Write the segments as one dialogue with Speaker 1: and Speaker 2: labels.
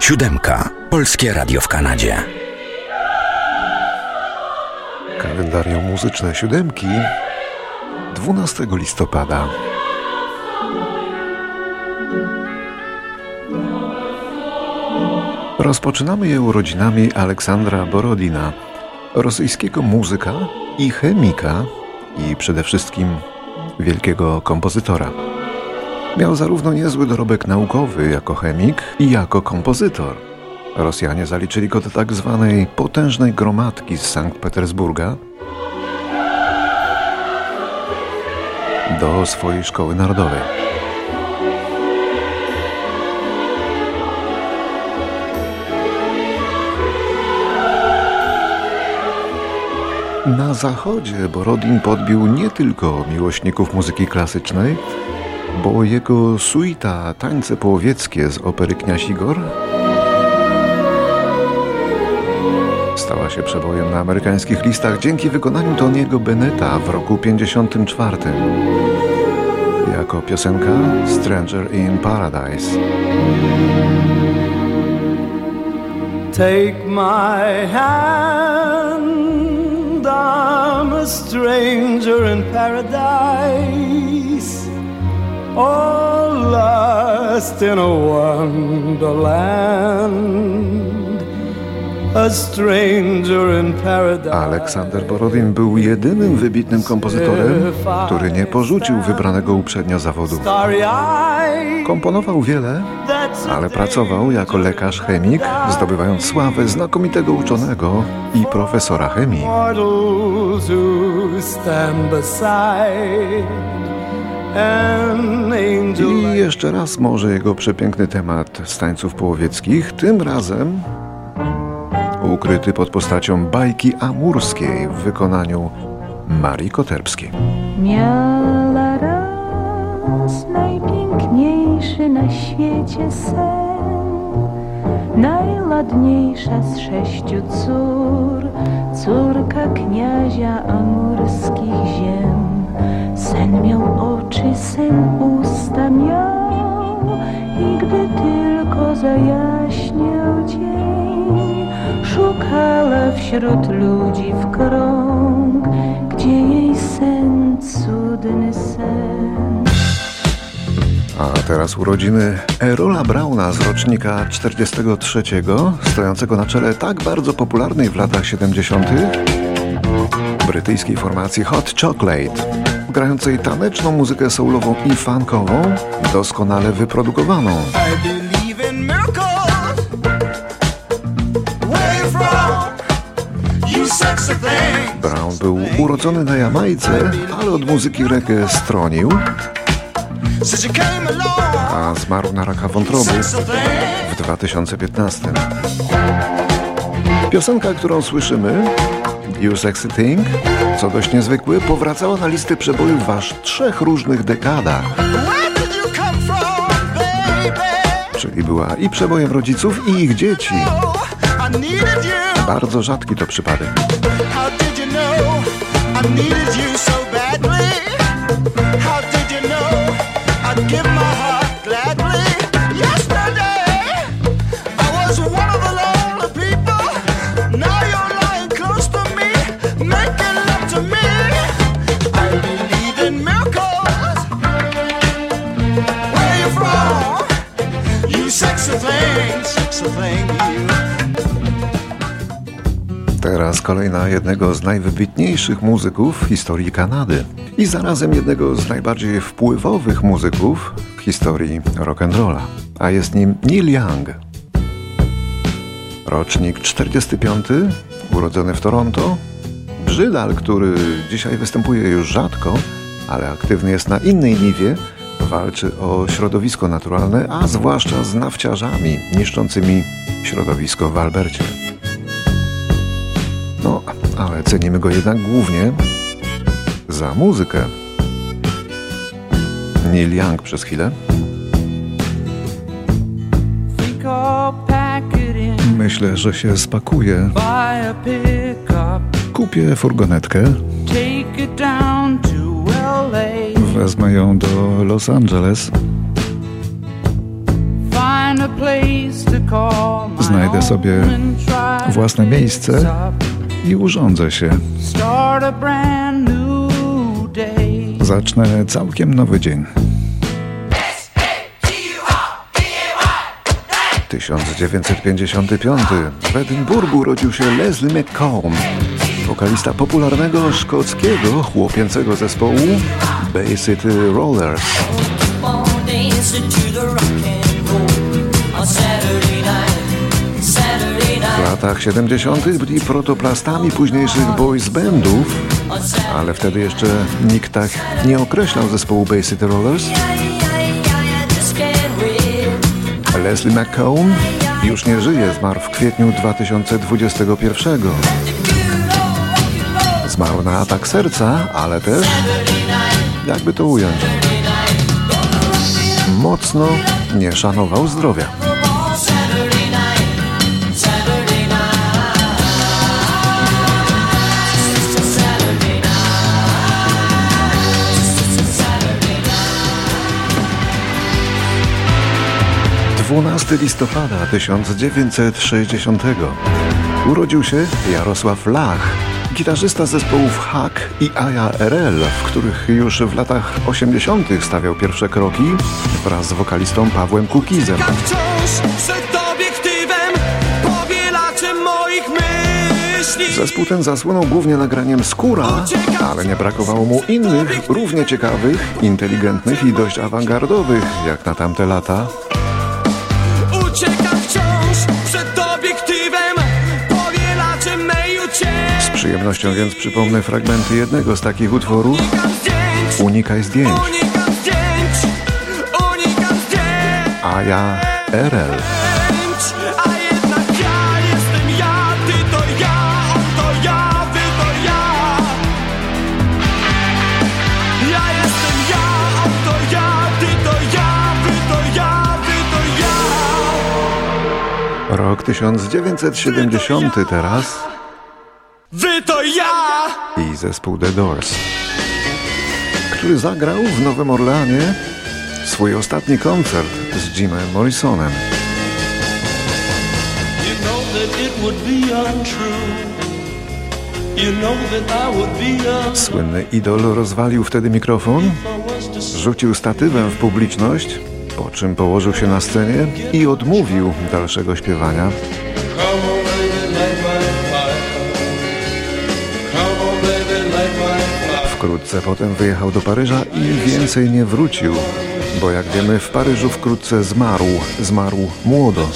Speaker 1: Siódemka. Polskie Radio w Kanadzie.
Speaker 2: Kalendarium muzyczne siódemki 12 listopada. Rozpoczynamy je urodzinami Aleksandra Borodina, rosyjskiego muzyka i chemika i przede wszystkim wielkiego kompozytora. Miał zarówno niezły dorobek naukowy jako chemik i jako kompozytor. Rosjanie zaliczyli go do tak zwanej potężnej gromadki z Sankt Petersburga, do swojej szkoły narodowej. Na zachodzie Borodin podbił nie tylko miłośników muzyki klasycznej, bo jego suita Tańce połowieckie z opery Kniaź Igor stała się przebojem na amerykańskich listach dzięki wykonaniu Tony'ego Beneta w roku 1954 jako piosenka Stranger in Paradise.
Speaker 3: Take my hand, I'm a stranger in paradise, all lost in a wonderland, a stranger in paradise. Aleksander
Speaker 2: Borodin był jedynym wybitnym kompozytorem, który nie porzucił wybranego uprzednio zawodu. Komponował wiele, ale pracował jako lekarz-chemik, zdobywając sławę znakomitego uczonego i profesora chemii. I jeszcze raz może jego przepiękny temat z Tańców Połowieckich, tym razem ukryty pod postacią bajki amurskiej w wykonaniu Marii Koterbskiej.
Speaker 4: Miała raz najpiękniejszy na świecie sen, najładniejsza z 6 cór, córka kniazia amurskich ziem. Sen miał oczy, sen usta miał i gdy tylko zajaśniał dzień, szukała wśród ludzi w krąg, gdzie jej sen, cudny sen.
Speaker 2: A teraz urodziny Erola Browna z rocznika 43, stojącego na czele tak bardzo popularnej w latach 70. brytyjskiej formacji Hot Chocolate, grającej taneczną muzykę soulową i funkową, doskonale wyprodukowaną. Brown był urodzony na Jamajce, ale od muzyki reggae stronił, a zmarł na raka wątroby w 2015. Piosenka, którą słyszymy, You Sexy Thing, co dość niezwykłe, powracała na listy przebojów w aż 3 różnych dekadach. Czyli była i przebojem rodziców, i ich dzieci. Bardzo rzadki to przypadek. Teraz kolejna jednego z najwybitniejszych muzyków w historii Kanady i zarazem jednego z najbardziej wpływowych muzyków w historii rock'n'rolla, a jest nim Neil Young. Rocznik 45, urodzony w Toronto, Brzydal, który dzisiaj występuje już rzadko, ale aktywny jest na innej niwie, walczy o środowisko naturalne, a zwłaszcza z nafciarzami niszczącymi środowisko w Albercie. No, ale cenimy go jednak głównie za muzykę. Neil Young przez chwilę. Myślę, że się spakuję. Kupię furgonetkę. Wezmę ją do Los Angeles. Znajdę sobie własne miejsce i urządzę się. Zacznę całkiem nowy dzień. 1955. W Edynburgu urodził się Leslie McComb, wokalista popularnego szkockiego chłopięcego zespołu Bay City Rollers. W latach 70. byli protoplastami późniejszych boys bandów, ale wtedy jeszcze nikt tak nie określał zespołu Bay City Rollers. Leslie McComb już nie żyje, zmarł w kwietniu 2021. Zmarł na atak serca, ale też, jakby to ująć, mocno nie szanował zdrowia. Dwunasty listopada 1960. Urodził się Jarosław Lach, gitarzysta zespołów Hack i IRL, w których już w latach 80. stawiał pierwsze kroki wraz z wokalistą Pawłem Kukizem. Zespół ten zasłynął głównie nagraniem Skóra, ale nie brakowało mu innych, równie ciekawych, inteligentnych i dość awangardowych, jak na tamte lata. Z przyjemnością więc przypomnę fragmenty jednego z takich utworów. Unikaj zdjęć. A ja RL. Rok 1970 teraz. Wy to ja! I zespół The Doors, który zagrał w Nowym Orleanie swój ostatni koncert z Jimem Morrisonem. Słynny idol rozwalił wtedy mikrofon, rzucił statywem w publiczność, po czym położył się na scenie i odmówił dalszego śpiewania. Wkrótce potem wyjechał do Paryża i więcej nie wrócił, bo jak wiemy, w Paryżu wkrótce zmarł młodo.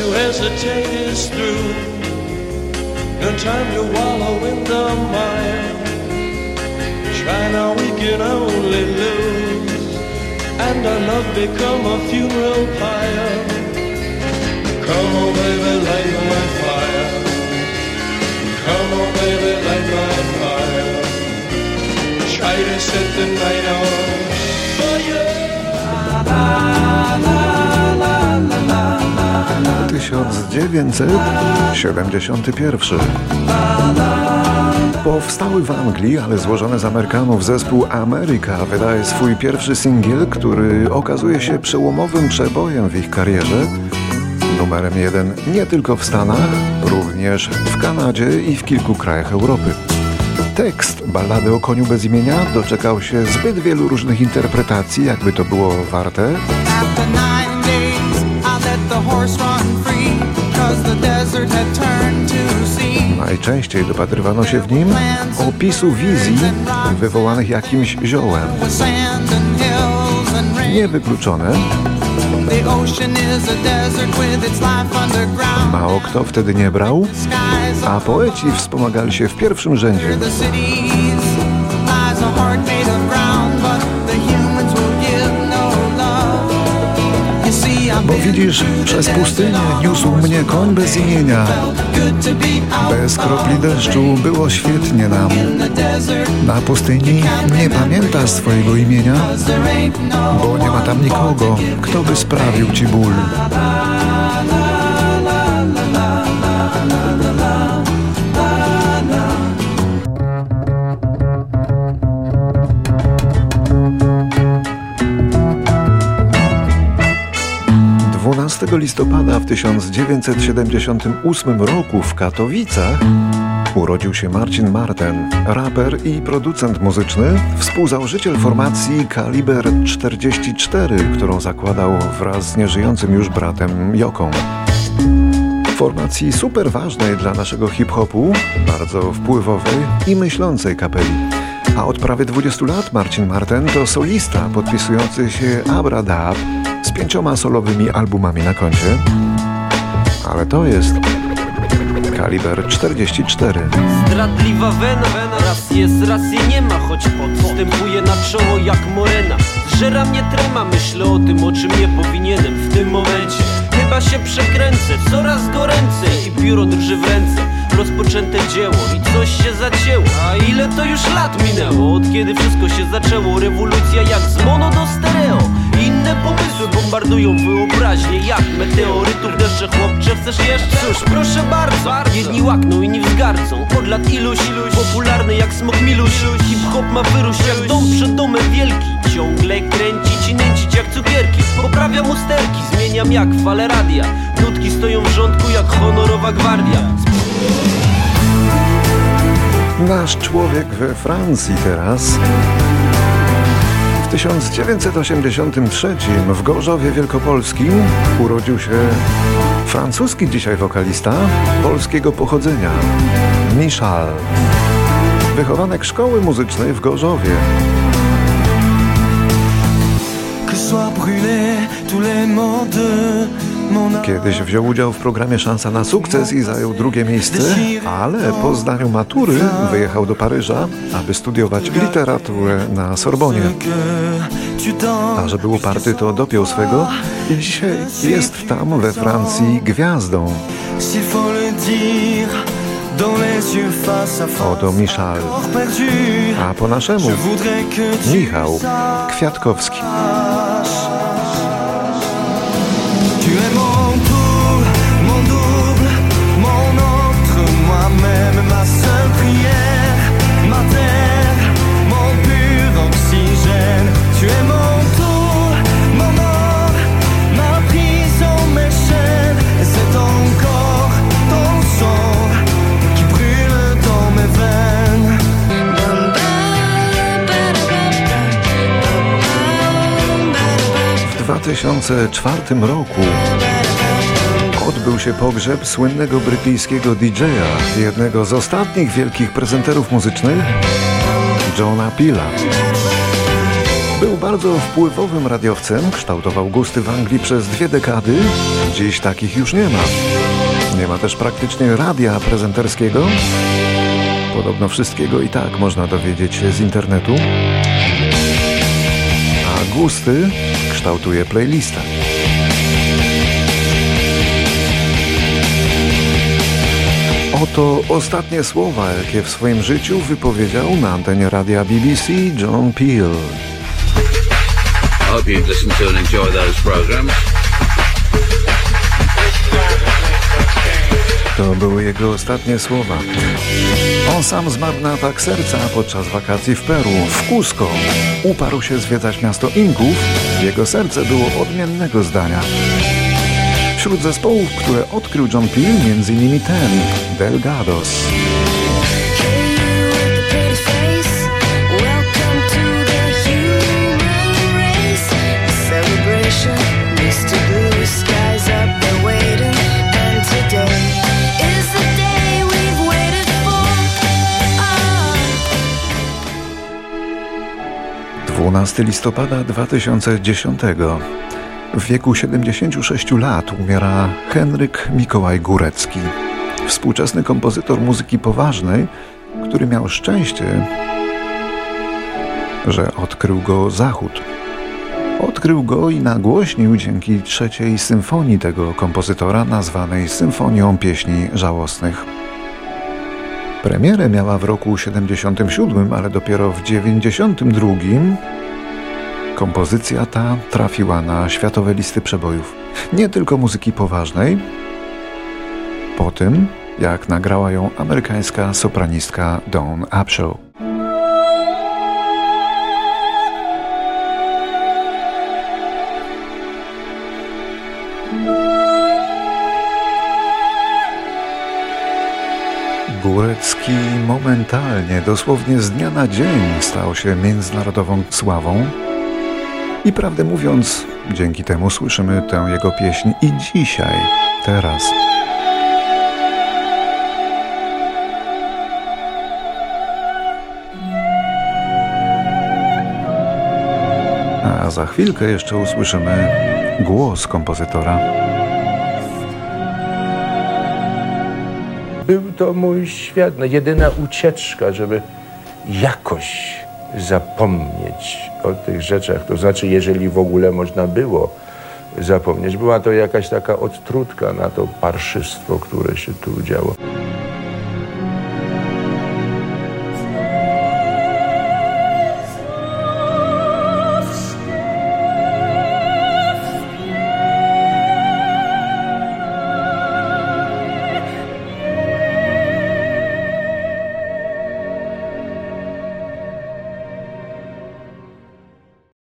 Speaker 2: And our love become a funeral pyre. Come on, baby, light my fire. Come on, baby, light my fire. Try to set the night on fire. 1971. Powstały w Anglii, ale złożony z Amerykanów zespół America wydaje swój pierwszy singiel, który okazuje się przełomowym przebojem w ich karierze. Numerem 1 nie tylko w Stanach, również w Kanadzie i w kilku krajach Europy. Tekst ballady o koniu bez imienia doczekał się zbyt wielu różnych interpretacji, jakby to było warte. Najczęściej dopatrywano się w nim opisu wizji wywołanych jakimś ziołem. Niewykluczone. Mało kto wtedy nie brał, a poeci wspomagali się w pierwszym rzędzie. Bo widzisz, przez pustynię niósł mnie koń bez imienia. Bez kropli deszczu było świetnie nam. Na pustyni nie pamiętasz swojego imienia, bo nie ma tam nikogo, kto by sprawił ci ból. listopada w 1978 roku w Katowicach urodził się Marcin Marten, raper i producent muzyczny, współzałożyciel formacji Kaliber 44, którą zakładał wraz z nieżyjącym już bratem Joką. Formacji super ważnej dla naszego hip-hopu, bardzo wpływowej i myślącej kapeli. A od prawie 20 lat Marcin Marten to solista podpisujący się Abradab z 5 solowymi albumami na koncie. Ale to jest Kaliber 44.
Speaker 5: Zdradliwa wena, raz jest, raz jej nie ma, choć podstępuje na czoło jak morena. Zżera mnie trema, myślę o tym, o czym nie powinienem w tym momencie. Chyba się przekręcę, coraz goręcej i pióro drży w ręce. Rozpoczęte dzieło i coś się zacięło. A ile to już lat minęło, od kiedy wszystko się zaczęło? Rewolucja jak z mono do stereo. Inne pomysły bombardują wyobraźnię jak meteorytów deszcze. Chłopcze, chcesz jeszcze? Cóż, proszę bardzo. Jedni łakną, inni wzgardzą. Od lat iluś, popularny jak smok miluś. Hip-hop ma wyrósł jak dom przed domem wielki. Ciągle kręcić i nęcić jak cukierki. Poprawiam usterki, zmieniam jak fale radia. Nutki stoją w rządku jak honorowa gwardia.
Speaker 2: Nasz człowiek we Francji teraz. W 1983 w Gorzowie Wielkopolskim urodził się francuski dzisiaj wokalista polskiego pochodzenia Michal, wychowanek szkoły muzycznej w Gorzowie. Kiedyś wziął udział w programie Szansa na sukces i zajął drugie miejsce, ale po zdaniu matury wyjechał do Paryża, aby studiować literaturę na Sorbonie. A że był uparty, to dopiął swego i dzisiaj jest tam we Francji gwiazdą. Oto Michal, a po naszemu Michał Kwiatkowski.
Speaker 6: Tu es mon tout, mon double, mon autre moi-même, ma seule prière, ma terre, mon pur oxygène. Tu es mon tout, mon or, ma prison, mes chaînes. Et c'est encore ton sang qui brûle dans mes veines.
Speaker 2: W 2004 roku odbył się pogrzeb słynnego brytyjskiego DJ-a, jednego z ostatnich wielkich prezenterów muzycznych, Johna Peela. Był bardzo wpływowym radiowcem, kształtował gusty w Anglii przez 2 dekady. Dziś takich już nie ma. Nie ma też praktycznie radia prezenterskiego. Podobno wszystkiego i tak można dowiedzieć się z internetu. A gusty kształtuje playlista. Oto ostatnie słowa, jakie w swoim życiu wypowiedział na antenie radia BBC John Peel.
Speaker 7: hope you listen to and enjoy those programs.
Speaker 2: To były jego ostatnie słowa. On sam zmarł na atak serca podczas wakacji w Peru, w Cusco. Uparł się zwiedzać miasto Inków. Jego serce było odmiennego zdania. Wśród zespołów, które odkrył John Peel, m.in. ten, Delgados. Oh. 12 listopada 2010. W wieku 76 lat umiera Henryk Mikołaj Górecki, współczesny kompozytor muzyki poważnej, który miał szczęście, że odkrył go Zachód. Odkrył go i nagłośnił dzięki trzeciej symfonii tego kompozytora, nazwanej Symfonią Pieśni Żałosnych. Premierę miała w roku 77, ale dopiero w 92 kompozycja ta trafiła na światowe listy przebojów. Nie tylko muzyki poważnej. Po tym, jak nagrała ją amerykańska sopranistka Dawn Upshaw. momentalnie, dosłownie z dnia na dzień stał się międzynarodową sławą. I prawdę mówiąc, dzięki temu słyszymy tę jego pieśń i dzisiaj, teraz. A za chwilkę jeszcze usłyszymy głos kompozytora.
Speaker 8: Był to mój świat, jedyna ucieczka, żeby jakoś zapomnieć o tych rzeczach. To znaczy, jeżeli w ogóle można było zapomnieć. Była to jakaś taka odtrutka na to parszystwo, które się tu działo.